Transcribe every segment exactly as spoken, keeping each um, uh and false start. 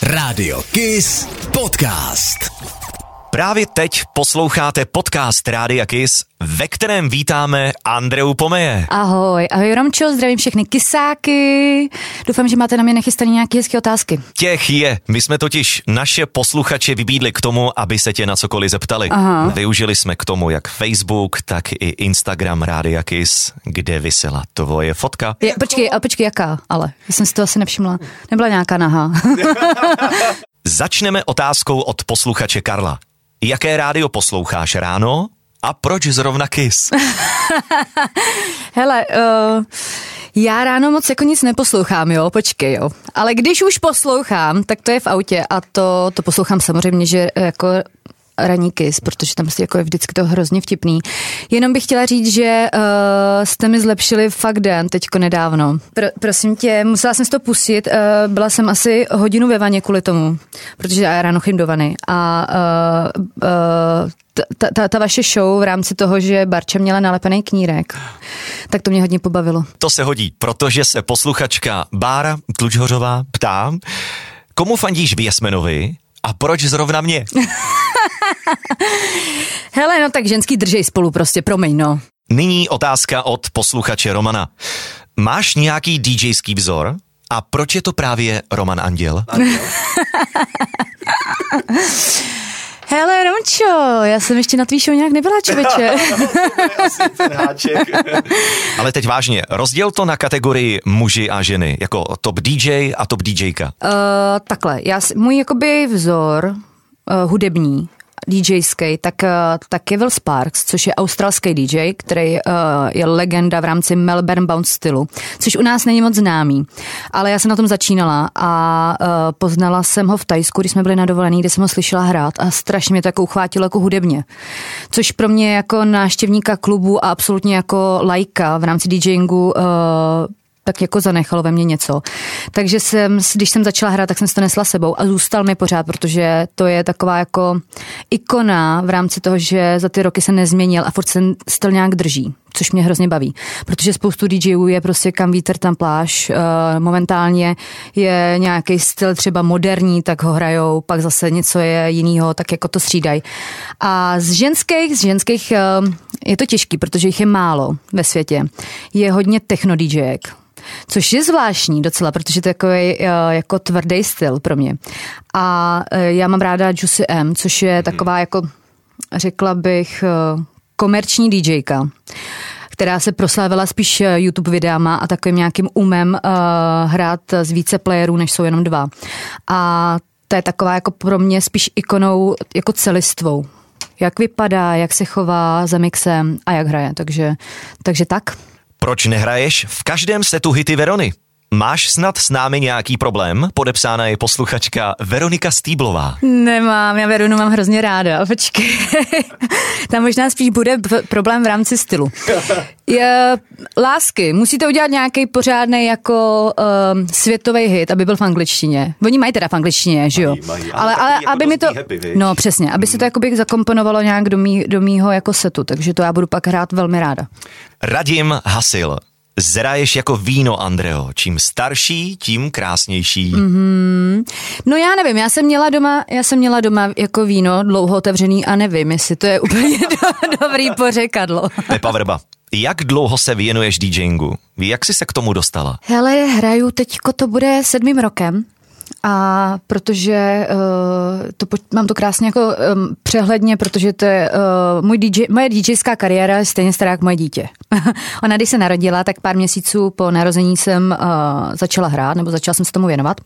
Rádio Kiss Podcast. Právě teď posloucháte podcast Rádia Kiss, ve kterém vítáme Andreu Pomeje. Ahoj, ahoj Romčo, zdravím všechny kisáky. Doufám, že máte na mě nachystané nějaké hezké otázky. Těch je. My jsme totiž naše posluchače vybídli k tomu, aby se tě na cokoliv zeptali. Aha. Využili jsme k tomu jak Facebook, tak i Instagram Rádia Kiss, kde visela tvoje fotka. Je, počkej, a počkej, jaká? Ale já jsem si to asi nevšimla. Nebyla nějaká nahá. Začneme otázkou od posluchače Karla. Jaké rádio posloucháš ráno a proč zrovna Kiss? Hele, uh, já ráno moc jako nic neposlouchám, jo, počkej, jo. Ale když už poslouchám, tak to je v autě a to, to poslouchám samozřejmě, že jako ranní Kiss, protože tam jako je vždycky to hrozně vtipný. Jenom bych chtěla říct, že uh, jste mi zlepšili fakt den teďko nedávno. Pro, prosím tě, musela jsem si to pustit, uh, byla jsem asi hodinu ve vaně kvůli tomu, protože já ráno chodím do vany a uh, uh, ta, ta, ta vaše show v rámci toho, že Barča měla nalepený knírek, tak to mě hodně pobavilo. To se hodí, protože se posluchačka Bára Tlučhořová ptá, komu fandíš v Jesmenovi a proč zrovna mě? Hele, no tak ženský držej spolu prostě, promiň, no. Nyní otázka od posluchače Romana. Máš nějaký DJský vzor? A proč je to právě Roman Anděl? Hele, Romčo, já jsem ještě na tvý show nějak nebyla, člověče. Ale teď vážně, rozděl to na kategorii muži a ženy, jako top D J a top DJka. Uh, takhle, já, můj jakoby vzor uh, hudební, DJský, tak, uh, tak je Will Sparks, což je australský D J, který uh, je legenda v rámci Melbourne Bounce stylu, což u nás není moc známý. Ale já jsem na tom začínala a uh, poznala jsem ho v Thajsku, když jsme byli na dovolený, kde jsem ho slyšela hrát a strašně mě to jako uchvátilo jako hudebně. Což pro mě jako návštěvníka klubu a absolutně jako laika v rámci DJingu uh, tak jako zanechalo ve mně něco. Takže jsem, když jsem začala hrát, tak jsem si to nesla sebou a zůstal mi pořád, protože to je taková jako ikona v rámci toho, že za ty roky se nezměnil a furt se styl nějak drží, což mě hrozně baví. Protože spoustu DJů je prostě kam vítr, tam pláž. Momentálně je nějaký styl třeba moderní, tak ho hrajou, pak zase něco je jinýho, tak jako to střídají. A z ženských, z ženských je to těžký, protože jich je málo ve světě. Je hodně techno DJek. Což je zvláštní docela, protože to je takový jako tvrdý styl pro mě. A já mám ráda Juicy M, což je taková jako, řekla bych, komerční DJka, která se proslávila spíš YouTube videama a takovým nějakým umem uh, hrát z více playerů, než jsou jenom dva. A to je taková jako pro mě spíš ikonou jako celistvou. Jak vypadá, jak se chová za mixem a jak hraje. Takže, takže tak. Proč nehraješ v každém setu hity Verony? Máš snad s námi nějaký problém? Podepsána je posluchačka Veronika Stýblová. Nemám, já Veronu mám hrozně ráda, počkej. Tam možná spíš bude problém v rámci stylu. Je, lásky, musíte udělat nějaký pořádný jako um, světový hit, aby byl v angličtině. Oni mají teda v angličtině, že jo? Mají, mají, ale, ale, ale jako aby mi to, happy, no přesně, aby se to jakoby zakomponovalo nějak do, mý, do mýho jako setu, takže to já budu pak hrát velmi ráda. Radim Hasil. Zraješ jako víno, Andreo. Čím starší, tím krásnější. Mm-hmm. No já nevím, já jsem měla doma, já jsem měla doma jako víno dlouho otevřený a nevím, jestli to je úplně do, dobrý pořekadlo. Pepa Vrba. Jak dlouho se věnuješ DJingu? Jak jsi se k tomu dostala? Hele, hraju teďko, to bude sedmým rokem. A protože uh, to, mám to krásně jako um, přehledně, protože to je uh, můj D J, moje DJská kariéra je stejně stará jako moje dítě. Ona, když se narodila, tak pár měsíců po narození jsem uh, začala hrát, nebo začala jsem se tomu věnovat.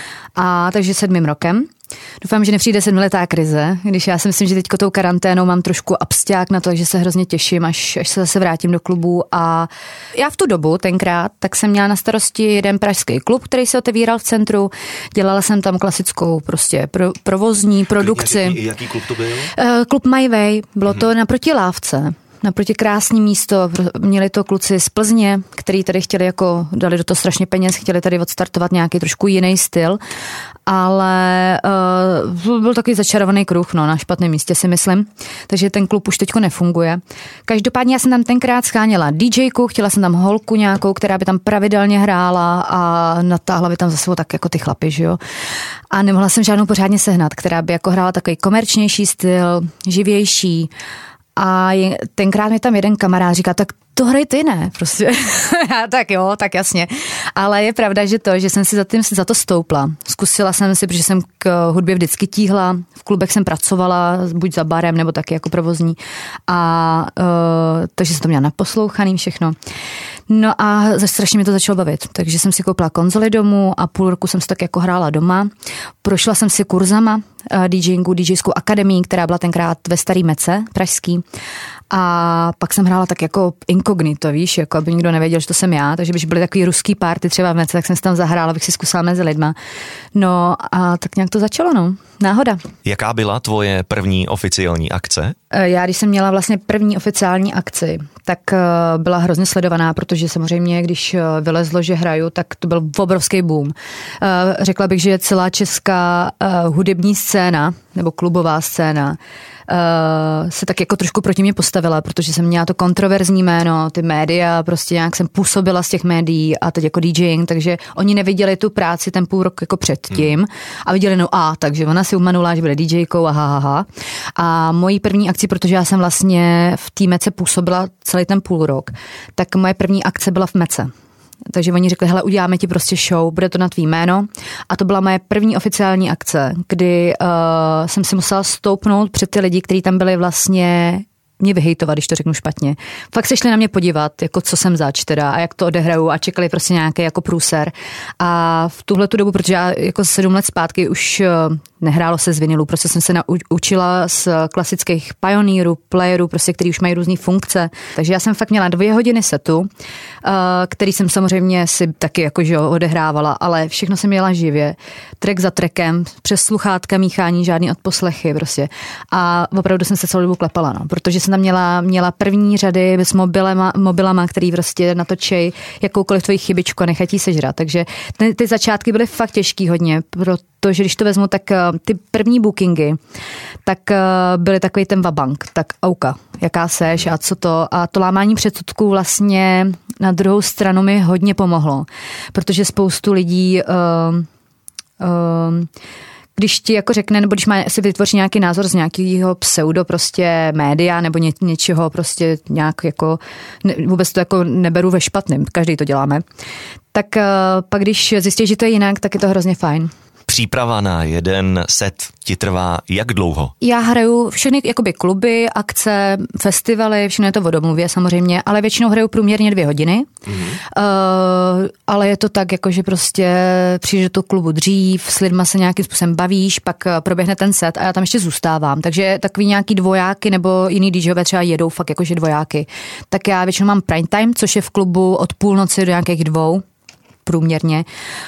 A takže sedmým rokem. Doufám, že nepřijde sedmiletá krize, když já si myslím, že teďko tou karanténou mám trošku absťák na to, takže se hrozně těším, až, až se zase vrátím do klubu. A já v tu dobu, tenkrát, tak jsem měla na starosti jeden pražský klub, který se otevíral v centru. Dělala jsem tam klasickou prostě pro, provozní produkci. Jaký, jaký klub to byl? Uh, klub My Way, bylo hmm. to naproti Lávce. Naproti krásný místo, měli to kluci z Plzně, který tady chtěli jako, dali do toho strašně peněz, chtěli tady odstartovat nějaký trošku jiný styl ale uh, byl takový začarovaný kruh, no, na špatném místě si myslím, takže ten klub už teďko nefunguje. Každopádně já jsem tam tenkrát scháněla DJku, chtěla jsem tam holku nějakou, která by tam pravidelně hrála a natáhla by tam za sebou tak jako ty chlapy, že jo. A nemohla jsem žádnou pořádně sehnat, která by jako hrála takový komerčnější styl, živější. A je, tenkrát mi tam jeden kamarád říká, tak to hrej ty, ne? Prostě. Tak jo, tak jasně. Ale je pravda, že to, že jsem si za, tím, za to stoupla. Zkusila jsem si, protože jsem k hudbě vždycky tíhla. V klubech jsem pracovala, buď za barem, nebo taky jako provozní. A uh, takže jsem to měla naposlouchaný všechno. No a strašně mi to začalo bavit. Takže jsem si koupila konzoli domů a půl roku jsem si tak jako hrála doma. Prošla jsem si kurzama DJingu, DJskou akademii, která byla tenkrát ve Starý Mece, pražský. A pak jsem hrála tak jako inkognito, víš, jako aby nikdo nevěděl, že to jsem já, takže když byly takový ruský party třeba v Mece, tak jsem si tam zahrála, abych si zkusila mezi lidma. No a tak nějak to začalo, no. Náhoda. Jaká byla tvoje první oficiální akce? Já, když jsem měla vlastně první oficiální akci, tak byla hrozně sledovaná, protože samozřejmě, když vylezlo, že hraju, tak to byl obrovský boom. Řekla bych, že celá česká hudební scéna, nebo klubová scéna, se tak jako trošku proti mě postavila, protože jsem měla to kontroverzní jméno, ty média, prostě nějak jsem působila z těch médií a teď jako DJing, takže oni neviděli tu práci ten půl rok jako předtím hmm. a viděli, no a, takže ona si umanula, že bude DJkou a ha, ha, ha. A mojí první akci, protože já jsem vlastně v té Mece působila celý ten půl rok, tak moje první akce byla v Mece. Takže oni řekli, hele, uděláme ti prostě show, bude to na tvý jméno. A to byla moje první oficiální akce, kdy uh, jsem si musela stoupnout před ty lidi, kteří tam byli vlastně mě vyhejtovat, když to řeknu špatně. Fakt se šli na mě podívat, jako co jsem zač teda a jak to odehraju a čekali prostě nějaký jako průser. A v tuhle tu dobu, protože já jako sedm let zpátky už nehrálo se z vinilu, prostě jsem se naučila z klasických pionýrů, playerů, prostě, který už mají různé funkce. Takže já jsem fakt měla dvě hodiny setu, který jsem samozřejmě si taky jakože odehrávala, ale všechno jsem měla živě. Track za trackem, přes sluchátka, míchání, žádný odposlechy prostě. A opravdu jsem se celou dobu klepala, no, protože jsem tam měla, měla první řady s mobilema, mobilama, který prostě natočej jakoukoliv tvoji chybičku a nechatí sežrat. Takže ty, ty začátky byly fakt těžký hodně, protože když to vezmu, tak ty první bookingy, tak byly takový ten vabank, tak auka, jaká seš a co to. A to lámání předsudků vlastně na druhou stranu mi hodně pomohlo, protože spoustu lidí uh, uh, když ti jako řekne, nebo když má, si vytvoří nějaký názor z nějakého pseudo prostě média nebo ně, něčeho prostě nějak jako, ne, vůbec to jako neberu ve špatným, každý to děláme, tak uh, pak když zjistíš, že to je jinak, tak je to hrozně fajn. Příprava na jeden set ti trvá jak dlouho? Já hraju všechny jakoby kluby, akce, festivaly, všechno je to o domluvě samozřejmě, ale většinou hraju průměrně dvě hodiny. Mm-hmm. Uh, ale je to tak, jako že prostě přijdeš do toho klubu dřív, s lidma se nějakým způsobem bavíš, pak proběhne ten set a já tam ještě zůstávám. Takže takový nějaký dvojáky nebo jiný DJové třeba jedou fakt jakože dvojáky. Tak já většinou mám prime time, což je v klubu od půlnoci do nějakých dvou. Průměrně.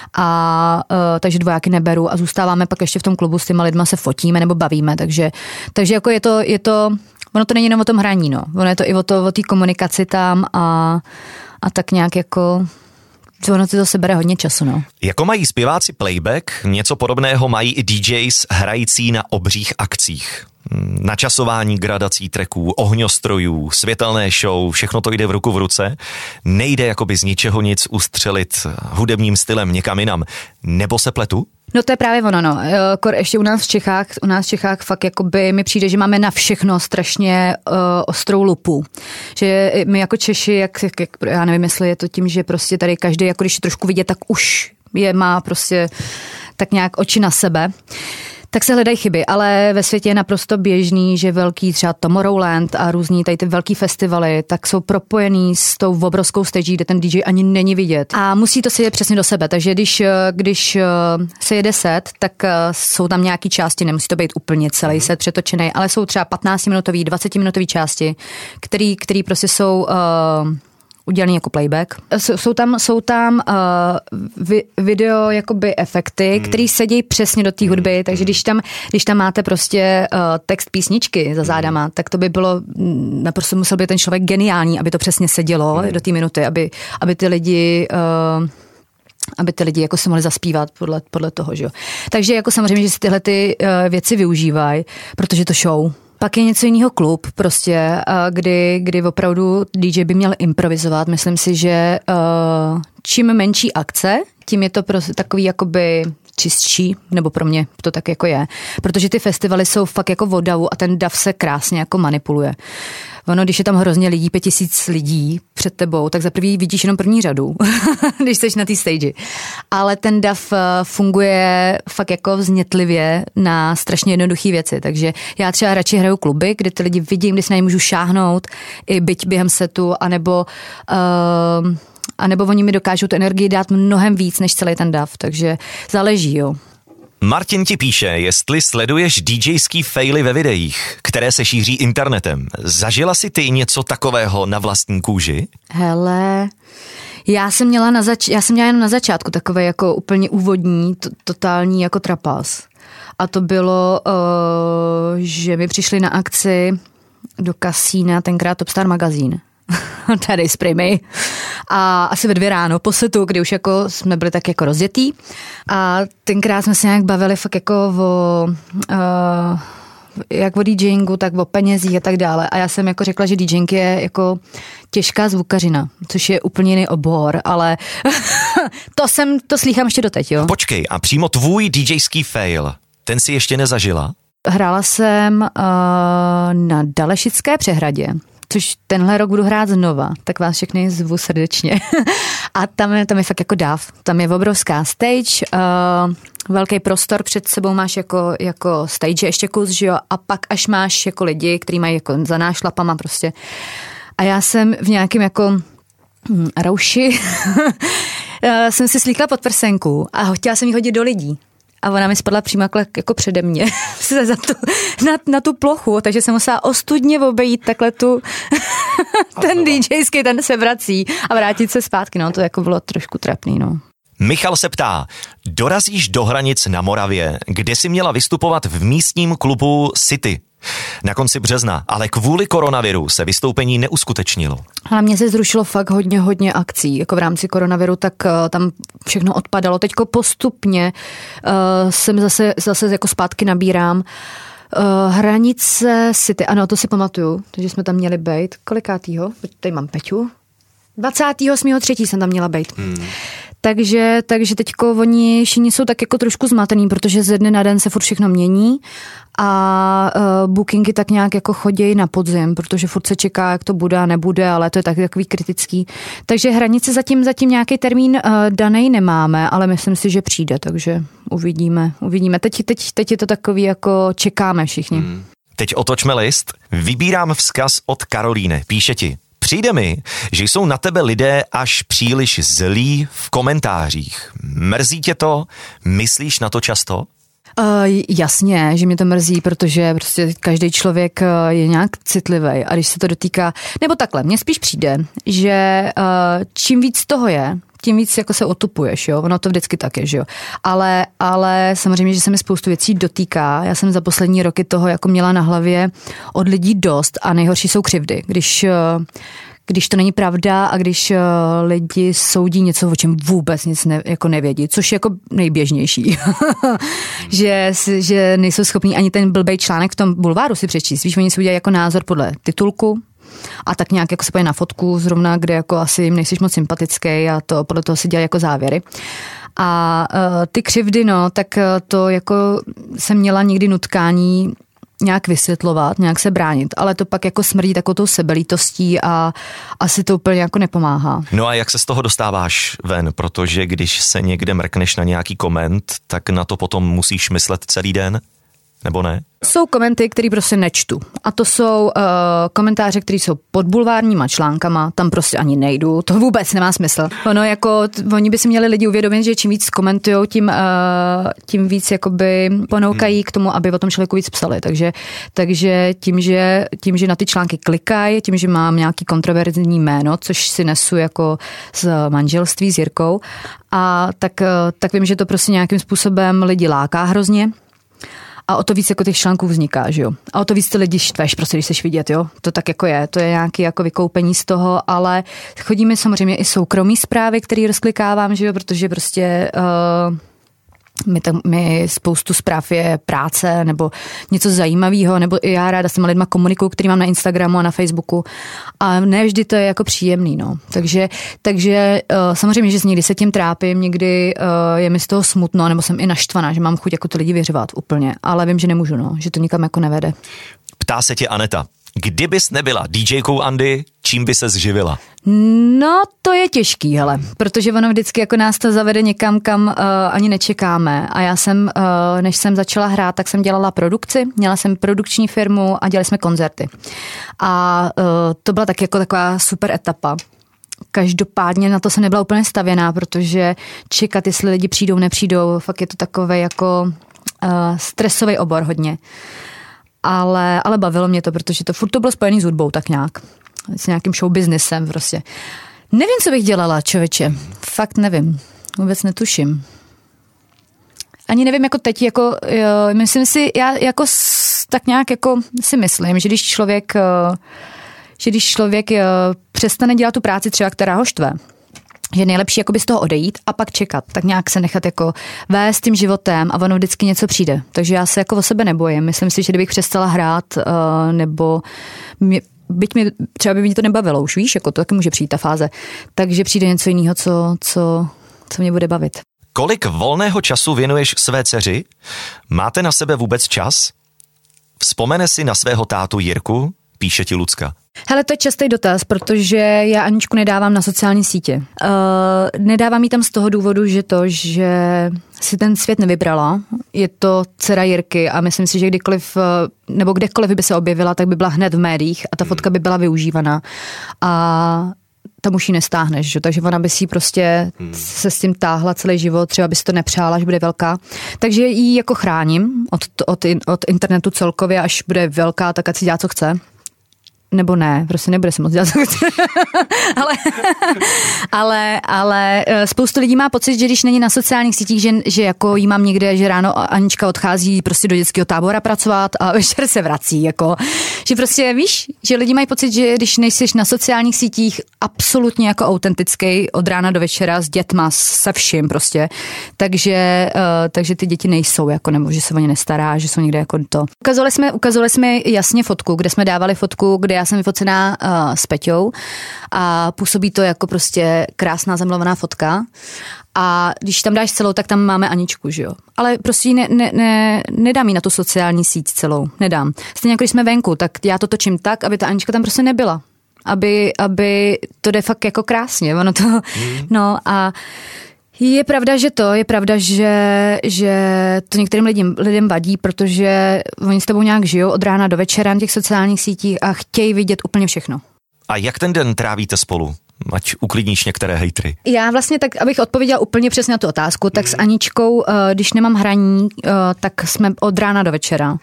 A uh, takže dvojáky neberu a zůstáváme pak ještě v tom klubu s těma lidma, se fotíme nebo bavíme, takže, takže jako je to, je to, ono to není jenom o tom hraní, no. Ono je to i o to, o té komunikaci tam a, a tak nějak jako ono to se bere hodně času, no. Jako mají zpěváci playback, něco podobného mají i D Js hrající na obřích akcích. Načasování gradací tracků, ohňostrojů, světelné show, všechno to jde v ruku v ruce. Nejde jakoby z ničeho nic ustřelit hudebním stylem někam jinam. Nebo se pletu? No to je právě ono, no. Ještě u nás v Čechách, u nás v Čechách fakt jakoby mi přijde, že máme na všechno strašně uh, ostrou lupu. Že my jako Češi, jak, jak, já nevím, jestli je to tím, že prostě tady každý, jako když trošku vidět, tak už je, má prostě tak nějak oči na sebe. Tak se hledají chyby, ale ve světě je naprosto běžný, že velký třeba Tomorrowland a různý tady ty velký festivaly, tak jsou propojený s tou obrovskou stage, kde ten D J ani není vidět. A musí to si jít přesně do sebe, takže když, když se jede set, tak jsou tam nějaký části, nemusí to být úplně celý set přetočený, ale jsou třeba patnáctiminutový, dvacetiminutový části, který, který prostě jsou Uh, udělaný jako playback. Jsou tam, jsou tam uh, vi, video jakoby efekty, hmm. které sedí přesně do té hudby, hmm. takže když tam, když tam máte prostě uh, text písničky za zádama, hmm. tak to by bylo, naprosto musel být ten člověk geniální, aby to přesně sedělo hmm. do té minuty, aby, aby ty lidi uh, aby ty lidi jako se mohli zaspívat podle, podle toho, že jo. Takže jako samozřejmě, že si tyhle ty uh, věci využívají, protože to show. Pak je něco jiného klub, prostě, uh, kdy, kdy opravdu D J by měl improvizovat. Myslím si, že uh, čím menší akce, tím je to prostě takový jakoby čistší, nebo pro mě to tak jako je. Protože ty festivaly jsou fakt jako v davu a ten dav se krásně jako manipuluje. Ono, když je tam hrozně lidí, pět tisíc lidí před tebou, tak za první vidíš jenom první řadu, když jsi na té stage. Ale ten dav funguje fakt jako vznětlivě na strašně jednoduché věci. Takže já třeba radši hraju kluby, kde ty lidi vidím, kdy si na ně můžu šáhnout, i byť během setu, anebo... Uh, A nebo oni mi dokážou tu energii dát mnohem víc než celý ten dav, takže záleží, jo. Martin ti píše, jestli sleduješ DJský faily ve videích, které se šíří internetem. Zažila si ty něco takového na vlastní kůži? Hele, já jsem měla, na zač- já jsem měla jenom na začátku takové jako úplně úvodní, t- totální jako trapas. A to bylo, uh, že mi přišli na akci do kasína tenkrát Topstar magazín. Tady s Primy. A asi ve dvě ráno po setu, kdy už jako jsme byli tak jako rozjetý. A tenkrát jsme se nějak bavili fakt jako o, uh, jak o DJingu, tak o penězích a tak dále. A já jsem jako řekla, že DJing je jako těžká zvukařina, což je úplně jiný obor, ale to jsem, to slýchám ještě doteď, jo. Počkej, a přímo tvůj DJský fail, ten si ještě nezažila? Hrála jsem uh, na Dalešické přehradě, což tenhle rok budu hrát znova, tak vás všechny zvu srdečně. A tam je, tam je fakt jako dáv. Tam je obrovská stage, uh, velký prostor, před sebou máš jako, jako stage ještě kus, že jo, a pak až máš jako lidi, kteří mají jako za nášlapama prostě. A já jsem v nějakém jako hm, rauši jsem si slíkla podprsenku a chtěla jsem ji hodit do lidí. A ona mi spadla přímo jako přede mě za tu, na, na tu plochu, takže jsem musela ostudně obejít takhle tu, ten DJský, ten se vrací a vrátit se zpátky, no to jako bylo trošku trapný, no. Michal se ptá, dorazíš do hranic na Moravě, kde jsi měla vystupovat v místním klubu City na konci března, ale kvůli koronaviru se vystoupení neuskutečnilo. Ale mně se zrušilo fakt hodně, hodně akcí, jako v rámci koronaviru, tak uh, tam všechno odpadalo. Teďko postupně uh, jsem zase, zase jako zpátky nabírám. Uh, hranice City, ano, to si pamatuju, takže jsme tam měli bejt. Kolikátýho? Tady mám Peťu. dvacátého osmého třetího jsem tam měla bejt. Hmm. Takže, takže teďko oni všichni jsou tak jako trošku zmatený, protože ze dne na den se furt všechno mění a uh, bookingy tak nějak jako chodějí na podzim, protože furt se čeká, jak to bude a nebude, ale to je tak takový kritický. Takže hranice zatím, zatím nějaký termín uh, danej nemáme, ale myslím si, že přijde, takže uvidíme, uvidíme. Teď, teď, teď je to takový jako čekáme všichni. Hmm. Teď otočme list. Vybírám vzkaz od Karolíny. Píše ti. Přijde mi, že jsou na tebe lidé až příliš zlí v komentářích. Mrzí tě to? Myslíš na to často? Uh, jasně, že mě to mrzí, protože prostě každý člověk je nějak citlivý a když se to dotýká, nebo takhle, mně spíš přijde, že uh, čím víc toho je, tím víc jako se otupuješ, jo, ono to vždycky tak je, že jo, ale, ale samozřejmě, že se mi spoustu věcí dotýká, já jsem za poslední roky toho jako měla na hlavě od lidí dost a nejhorší jsou křivdy, když když to není pravda a když lidi soudí něco, o čem vůbec nic ne, jako nevědí, což je jako nejběžnější. že, že nejsou schopní ani ten blbej článek v tom bulváru si přečíst. Víš, oni si udělají jako názor podle titulku a tak nějak jako se pojí na fotku zrovna, kde jako asi jim nejsiš moc sympatický a to podle toho si dělají jako závěry. A uh, ty křivdy, no, tak to jako jsem měla někdy nutkání nějak vysvětlovat, nějak se bránit, ale to pak jako smrdí takovou tou sebelítostí a asi to úplně jako nepomáhá. No a jak se z toho dostáváš ven, protože když se někde mrkneš na nějaký koment, tak na to potom musíš myslet celý den, nebo ne? Jsou komenty, které prostě nečtu. A to jsou uh, komentáře, které jsou pod bulvárníma článkama, tam prostě ani nejdu, to vůbec nemá smysl. Ono jako, oni by si měli lidi uvědomit, že čím víc komentujou, tím, uh, tím víc jakoby ponoukají hmm. k tomu, aby o tom člověku víc psali. Takže, takže tím, že, tím, že na ty články klikají, tím, že mám nějaký kontroverzní jméno, což si nesu jako z manželství s Jirkou, a tak, uh, tak vím, že to prostě nějakým způsobem lidi láká hrozně. A o to víc jako těch článků vzniká, že jo. A o to víc ty lidi štveš, prostě, když seš vidět, jo. To tak jako je, to je nějaké jako vykoupení z toho, ale chodíme samozřejmě i soukromí zprávy, které rozklikávám, že jo, protože prostě uh, my, tam, my spoustu zpráv je práce nebo něco zajímavého, nebo i já ráda s těma lidma komunikuju, který mám na Instagramu a na Facebooku a ne vždy to je jako příjemný, no. Takže, takže uh, samozřejmě, že někdy se tím trápím, někdy uh, je mi z toho smutno, nebo jsem i naštvaná, že mám chuť jako ty lidi vyřvat úplně, ale vím, že nemůžu, no, že to nikam jako nevede. Ptá se tě Aneta, kdybys nebyla DJkou Andy, čím by ses živila? No, to je těžký, hele, protože ono vždycky jako nás to zavede někam, kam uh, ani nečekáme. A já jsem, uh, než jsem začala hrát, tak jsem dělala produkci, měla jsem produkční firmu a dělali jsme koncerty. A uh, to byla tak jako taková super etapa. Každopádně na to jsem nebyla úplně stavěná, protože čekat, jestli lidi přijdou, nepřijdou, fakt je to takové jako uh, stresový obor hodně. Ale, ale bavilo mě to, protože to furt to bylo spojený s hudbou tak nějak. S nějakým show businessem prostě. Nevím, co bych dělala, člověče. Fakt nevím. Vůbec netuším. Ani nevím, jako teď, jako, jo, myslím si, já jako tak nějak jako si myslím, že když člověk, že když člověk přestane dělat tu práci třeba, která ho štve, že je nejlepší jakoby z toho odejít a pak čekat, tak nějak se nechat jako vést tím životem a ono vždycky něco přijde. Takže já se jako o sebe nebojím. Myslím si, že kdybych přestala hrát uh, nebo mě, byť mi třeba by mě to nebavilo, už víš, jako to taky může přijít ta fáze, takže přijde něco jiného, co, co, co mě bude bavit. Kolik volného času věnuješ své dceři? Máte na sebe vůbec čas? Vzpomene si na svého tátu Jirku? Píše ti Lucka. Hele, to je častý dotaz, protože já Aničku nedávám na sociální sítě. Uh, nedávám jí tam z toho důvodu, že to, že si ten svět nevybrala. Je to dcera Jirky a myslím si, že kdykoliv, nebo kdekoliv by se objevila, tak by byla hned v médiích a ta fotka by byla využívaná. A tam už ji nestáhneš, že? Takže ona by si prostě hmm. se s tím táhla celý život, třeba by si to nepřála, že bude velká. Takže ji jako chráním od, od, od internetu celkově, až bude velká, tak ať si dělá, co chce. Nebo ne, prostě nebude se moc dělat. ale, ale, ale spoustu lidí má pocit, že když není na sociálních sítích, že, že jako jí mám někde, že ráno Anička odchází prostě do dětského tábora pracovat a večer se vrací. Jako. Že prostě víš, že lidi mají pocit, že když nejsi na sociálních sítích absolutně jako autentický od rána do večera s dětma, se vším prostě, takže, uh, takže ty děti nejsou, jako, nebo že se o ně nestará, že jsou někde jako to. Ukazovali jsme, ukazovali jsme jasně fotku, kde jsme dávali fotku, kde já jsem vyfocená uh, s Peťou a působí to jako prostě krásná zamluvená fotka a když tam dáš celou, tak tam máme Aničku, že jo. Ale prostě ne, ne, ne, nedám jí na tu sociální síť celou, nedám. Stejně jako když jsme venku, tak já to točím tak, aby ta Anička tam prostě nebyla. Aby, aby to jde fakt jako krásně, ono to, mm. no a je pravda, že to, je pravda, že, že to některým lidem, lidem vadí, protože oni s tebou nějak žijou od rána do večera na těch sociálních sítích a chtějí vidět úplně všechno. A jak ten den trávíte spolu? Ať uklidníš některé hejtry. Já vlastně tak, abych odpověděla úplně přesně na tu otázku, tak s Aničkou, když nemám hraní, tak jsme od rána do večera.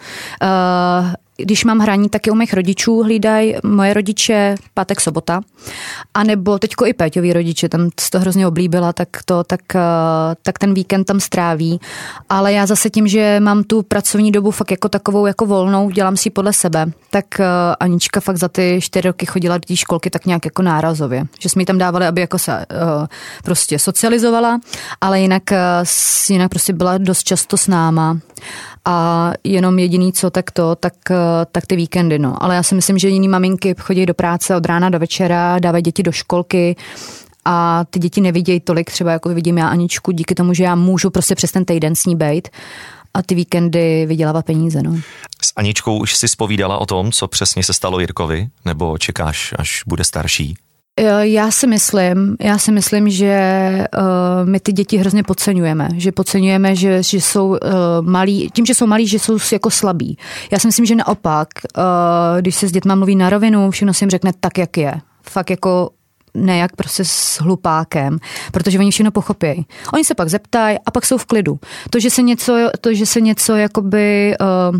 Když mám hraní, tak je u mých rodičů, hlídají moje rodiče pátek, sobota. A nebo teďko i Péťoví rodiče, tam to hrozně oblíbila, tak, to, tak, tak ten víkend tam stráví. Ale já zase tím, že mám tu pracovní dobu fakt jako takovou jako volnou, dělám si podle sebe, tak Anička fakt za ty čtyři roky chodila do té školky tak nějak jako nárazově. Že jsme jí tam dávali, aby jako se uh, prostě socializovala, ale jinak, uh, jinak prostě byla dost často s náma. A jenom jediný co, tak to, tak, tak ty víkendy, no. Ale já si myslím, že jiný maminky chodí do práce od rána do večera, dávají děti do školky a ty děti nevidějí tolik, třeba jako vidím já Aničku, díky tomu, že já můžu prostě přes ten týden s ní bejt a ty víkendy vydělávat peníze, no. S Aničkou už si zpovídala o tom, co přesně se stalo Jirkovi, nebo čekáš, až bude starší? Já si myslím, já si myslím, že uh, my ty děti hrozně podceňujeme, že podceňujeme, že, že jsou uh, malí, tím, že jsou malí, že jsou jako slabí. Já si myslím, že naopak, uh, když se s dětma mluví na rovinu, všechno si jim řekne tak, jak je. Fakt jako ne jak prostě s hlupákem, protože oni všechno pochopí. Oni se pak zeptají a pak jsou v klidu. To, že se něco, to, že se něco jakoby... Uh,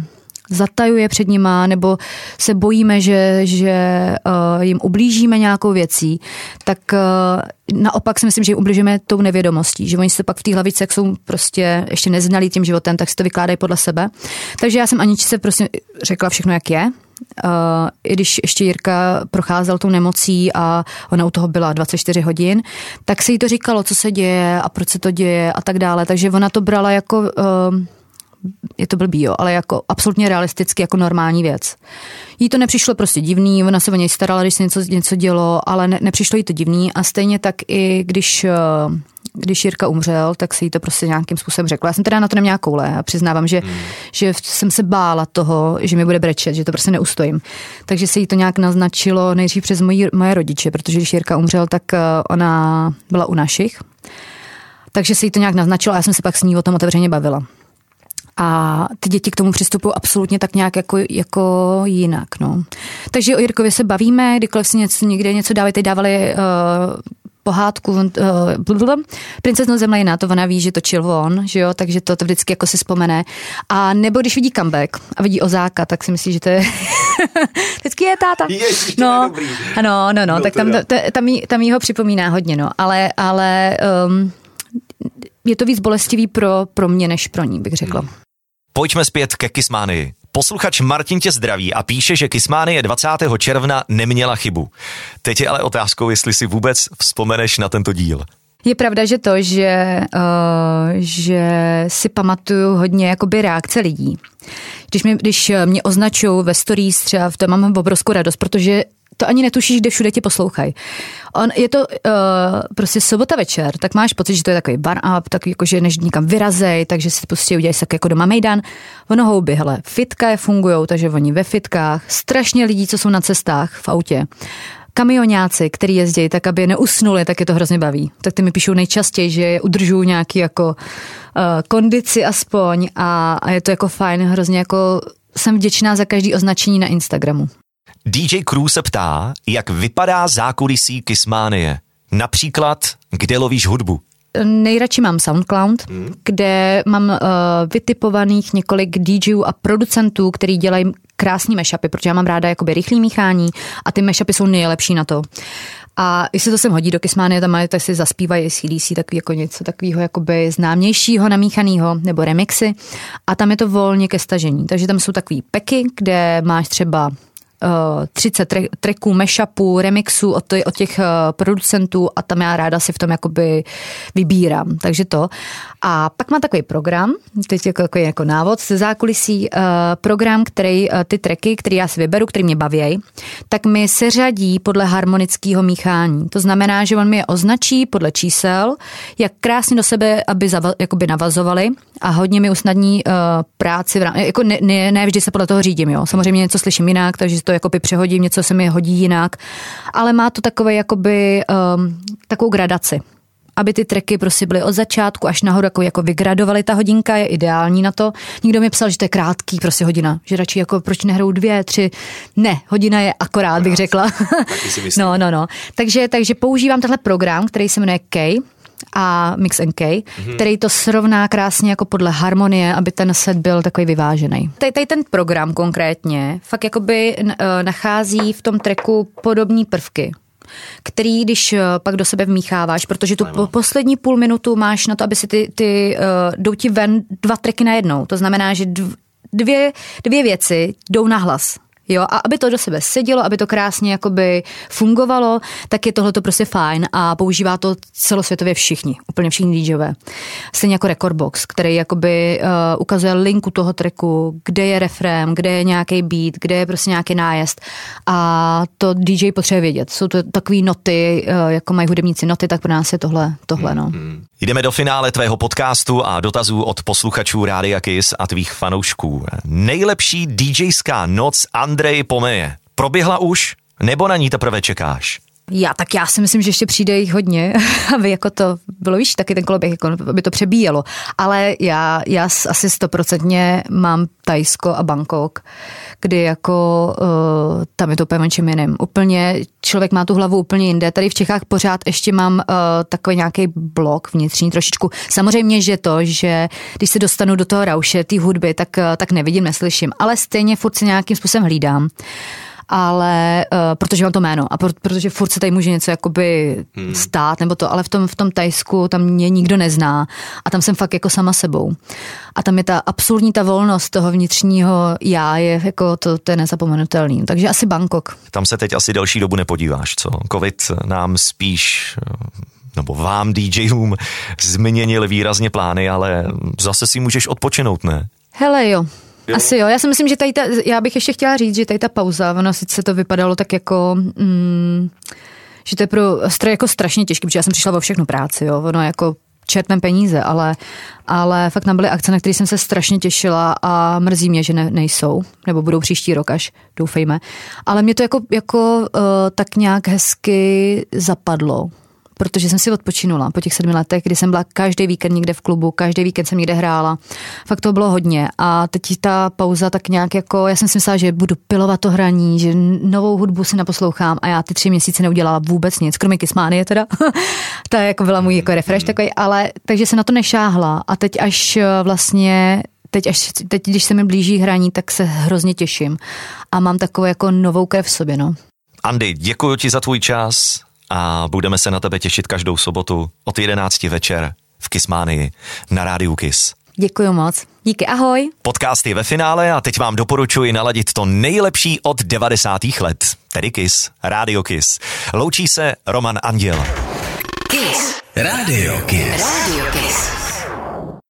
zatajuje před nima, nebo se bojíme, že, že uh, jim ublížíme nějakou věcí, tak uh, naopak si myslím, že jim ubližujeme tou nevědomostí, že oni se pak v té hlavici, jak jsou prostě ještě neznalí tím životem, tak si to vykládají podle sebe. Takže já jsem Aničce prostě řekla všechno, jak je. Uh, I když ještě Jirka procházel tou nemocí a ona u toho byla dvacet čtyři hodin, tak se jí to říkalo, co se děje a proč se to děje a tak dále. Takže ona to brala jako... Uh, je to blbý, jo, ale jako absolutně realisticky, jako normální věc. Jí to nepřišlo prostě divný, ona se o něj starala, když se něco, něco dělo, ale ne, nepřišlo jí to divný a stejně tak i když, když Jirka umřel, tak se jí to prostě nějakým způsobem řekla. Já jsem teda na to neměla koule a přiznávám, že, hmm. že jsem se bála toho, že mi bude brečet, že to prostě neustojím. Takže se jí to nějak naznačilo nejdřív přes moji, moje rodiče, protože když Jirka umřel, tak ona byla u našich. Takže se jí to nějak naznačilo a já jsem se pak s ní o tom otevřeně bavila. A ty děti k tomu přistupují absolutně tak nějak jako, jako jinak. No. Takže o Jirkově se bavíme, kdykoliv si něco, někde něco dávají, teď dávali uh, pohádku uh, Princeznu Zemlejna, to ona ví, že točil on, že jo, takže to, to vždycky jako si vzpomene. A nebo když vidí Comeback a vidí Ozáka, tak si myslí, že to je vždycky je táta. Ježiš, no, to je dobrý. No, no, no, tak tam, tam, jí, tam jí ho připomíná hodně, no, ale, ale um, je to víc bolestivý pro, pro mě, než pro ní, bych řekla. Hmm. Pojďme zpět ke Kissmanii. Posluchač Martin tě zdraví a píše, že Kissmanie dvacátého června neměla chybu. Teď je ale otázkou, jestli si vůbec vzpomeneš na tento díl. Je pravda, že to, že, uh, že si pamatuju hodně jakoby reakce lidí. Když mě, když mě označují ve stories třeba, v tom mám obrovskou radost, protože to ani netušíš, kde všude tě poslouchají. On, je to uh, prostě sobota večer, tak máš pocit, že to je takový bar up, tak jako, že než někam vyrazej, takže si prostě udělají tak jako doma mejdan. Ono houby, hele, fitka je fungujou, takže oni ve fitkách, strašně lidí, co jsou na cestách v autě. Kamionáci, který jezdí, tak aby neusnuli, tak je to hrozně baví. Tak ty mi píšou nejčastěji, že je udržují nějaký jako uh, kondici aspoň a, a je to jako fajn, hrozně jako jsem vděčná za každý označení na Instagramu. D J Crew se ptá, jak vypadá zákulisí Kissmanie. Například, kde lovíš hudbu? Nejradši mám SoundCloud, hmm. kde mám uh, vytipovaných několik DJů a producentů, který dělají krásný mashupy, protože já mám ráda jakoby rychlý míchání a ty mashupy jsou nejlepší na to. A jestli to sem hodí do Kissmanie, tam mají, tak si zaspívají C D C, takový jako něco takového jakoby známějšího, namíchaného, nebo remixy. A tam je to volně ke stažení. Takže tam jsou takový peky, kde máš třeba třicet tracků, mashupů, remixů od, od těch producentů a tam já ráda si v tom jakoby vybírám. Takže to. A pak mám takový program, teď jako, jako, jako návod ze zákulisí, uh, program, který uh, ty tracky, který já si vyberu, který mě baví, tak mi seřadí podle harmonického míchání. To znamená, že on mi je označí podle čísel, jak krásně do sebe, aby zava, jakoby navazovali a hodně mi usnadní uh, práci. Jako ne, ne, ne vždy se podle toho řídím, jo. Samozřejmě něco slyším jinak, takže to jakoby přehodím, něco se mi hodí jinak, ale má to takové jakoby um, takovou gradaci. Aby ty tracky prostě byly od začátku až nahoru jako, jako vygradovaly, ta hodinka je ideální na to. Nikdo mi psal, že to je krátký prostě hodina, že radši jako proč nehrajou dvě, tři, ne, hodina je akorát, bych řekla. no, no, no. Takže, takže používám tenhle program, který se jmenuje K, a Mix and K, mm-hmm. který to srovná krásně jako podle harmonie, aby ten set byl takový vyvážený. Tady, tady ten program konkrétně fakt jakoby uh, nachází v tom tracku podobné prvky, který, když uh, pak do sebe vmícháváš, protože tu po, poslední půl minutu máš na to, aby si ty, ty uh, jdou ti ven dva tracky najednou. To znamená, že dv, dvě, dvě věci jdou na hlas. Jo, a aby to do sebe sedělo, aby to krásně jakoby fungovalo, tak je tohleto prostě fajn a používá to celosvětově všichni, úplně všichni DJové. Stejně jako Recordbox, který jakoby uh, ukazuje linku toho tracku, kde je refrém, kde je nějaký beat, kde je prostě nějaký nájezd a to D J potřebuje vědět. Jsou to takové noty, uh, jako mají hudebníci noty, tak pro nás je tohle, tohle no. Mm-hmm. Jdeme do finále tvého podcastu a dotazů od posluchačů Rádia Kiss a tvých fanoušků. Nejlepší DJská noc Andrej Pomeje. Proběhla už, nebo na ní teprve čekáš? Já, tak já si myslím, že ještě přijde jich hodně, aby jako to bylo, víš, taky ten koloběh, jako aby to přebíjelo. Ale já, já asi stoprocentně mám Thajsko a Bangkok, kdy jako uh, tam je to úplně čím jiným. Úplně člověk má tu hlavu úplně jinde. Tady v Čechách pořád ještě mám uh, takový nějaký blok vnitřní trošičku. Samozřejmě, že to, že když se dostanu do toho rauše, té hudby, tak, uh, tak nevidím, neslyším. Ale stejně furt se nějakým způsobem hlídám. Ale uh, protože mám to jméno a pro, protože furt se tady může něco jakoby hmm. stát nebo to, ale v tom, v tom Thajsku tam mě nikdo nezná a tam jsem fakt jako sama sebou. A tam je ta absurdní ta volnost toho vnitřního já je jako to, to je nezapomenutelný. Takže asi Bangkok. Tam se teď asi další dobu nepodíváš, co? Covid nám spíš nebo vám DJům změnil výrazně plány, ale zase si můžeš odpočinout, ne? Hele jo. Jo. Asi jo, já si myslím, že tady ta, já bych ještě chtěla říct, že tady ta pauza, ono sice to vypadalo tak jako, mm, že to je pro stroj jako strašně těžké, protože já jsem přišla o všechnu práci, jo, ono jako čertnem peníze, ale, ale fakt tam byly akce, na které jsem se strašně těšila a mrzí mě, že ne, nejsou, nebo budou příští rok až, doufejme, ale mě to jako, jako uh, tak nějak hezky zapadlo. Protože jsem si odpočinula po těch sedmi letech, kdy jsem byla každý víkend někde v klubu, každý víkend jsem někde hrála. Fakt to bylo hodně. A teď ta pauza tak nějak jako, já jsem si myslela, že budu pilovat to hraní, že novou hudbu si naposlouchám a já ty tři měsíce neudělala vůbec nic, kromě Kissmanie teda. To jako byla můj jako refresh takový, ale takže jsem na to nešáhla a teď až vlastně Teď, až, teď, když se mi blíží hraní, tak se hrozně těším. A mám takovou jako novou krev v sobě, no. Andy, děkuji ti za tvůj čas. A budeme se na tebe těšit každou sobotu od jedenácti večer v Kissmanii na rádiu Kiss. Děkuji moc. Díky, ahoj. Podcast je ve finále a teď vám doporučuji naladit to nejlepší od devadesátých let, tedy Kiss, rádio Kiss. Loučí se Roman Anděl. Kiss. Rádio Kiss. Rádio Kiss.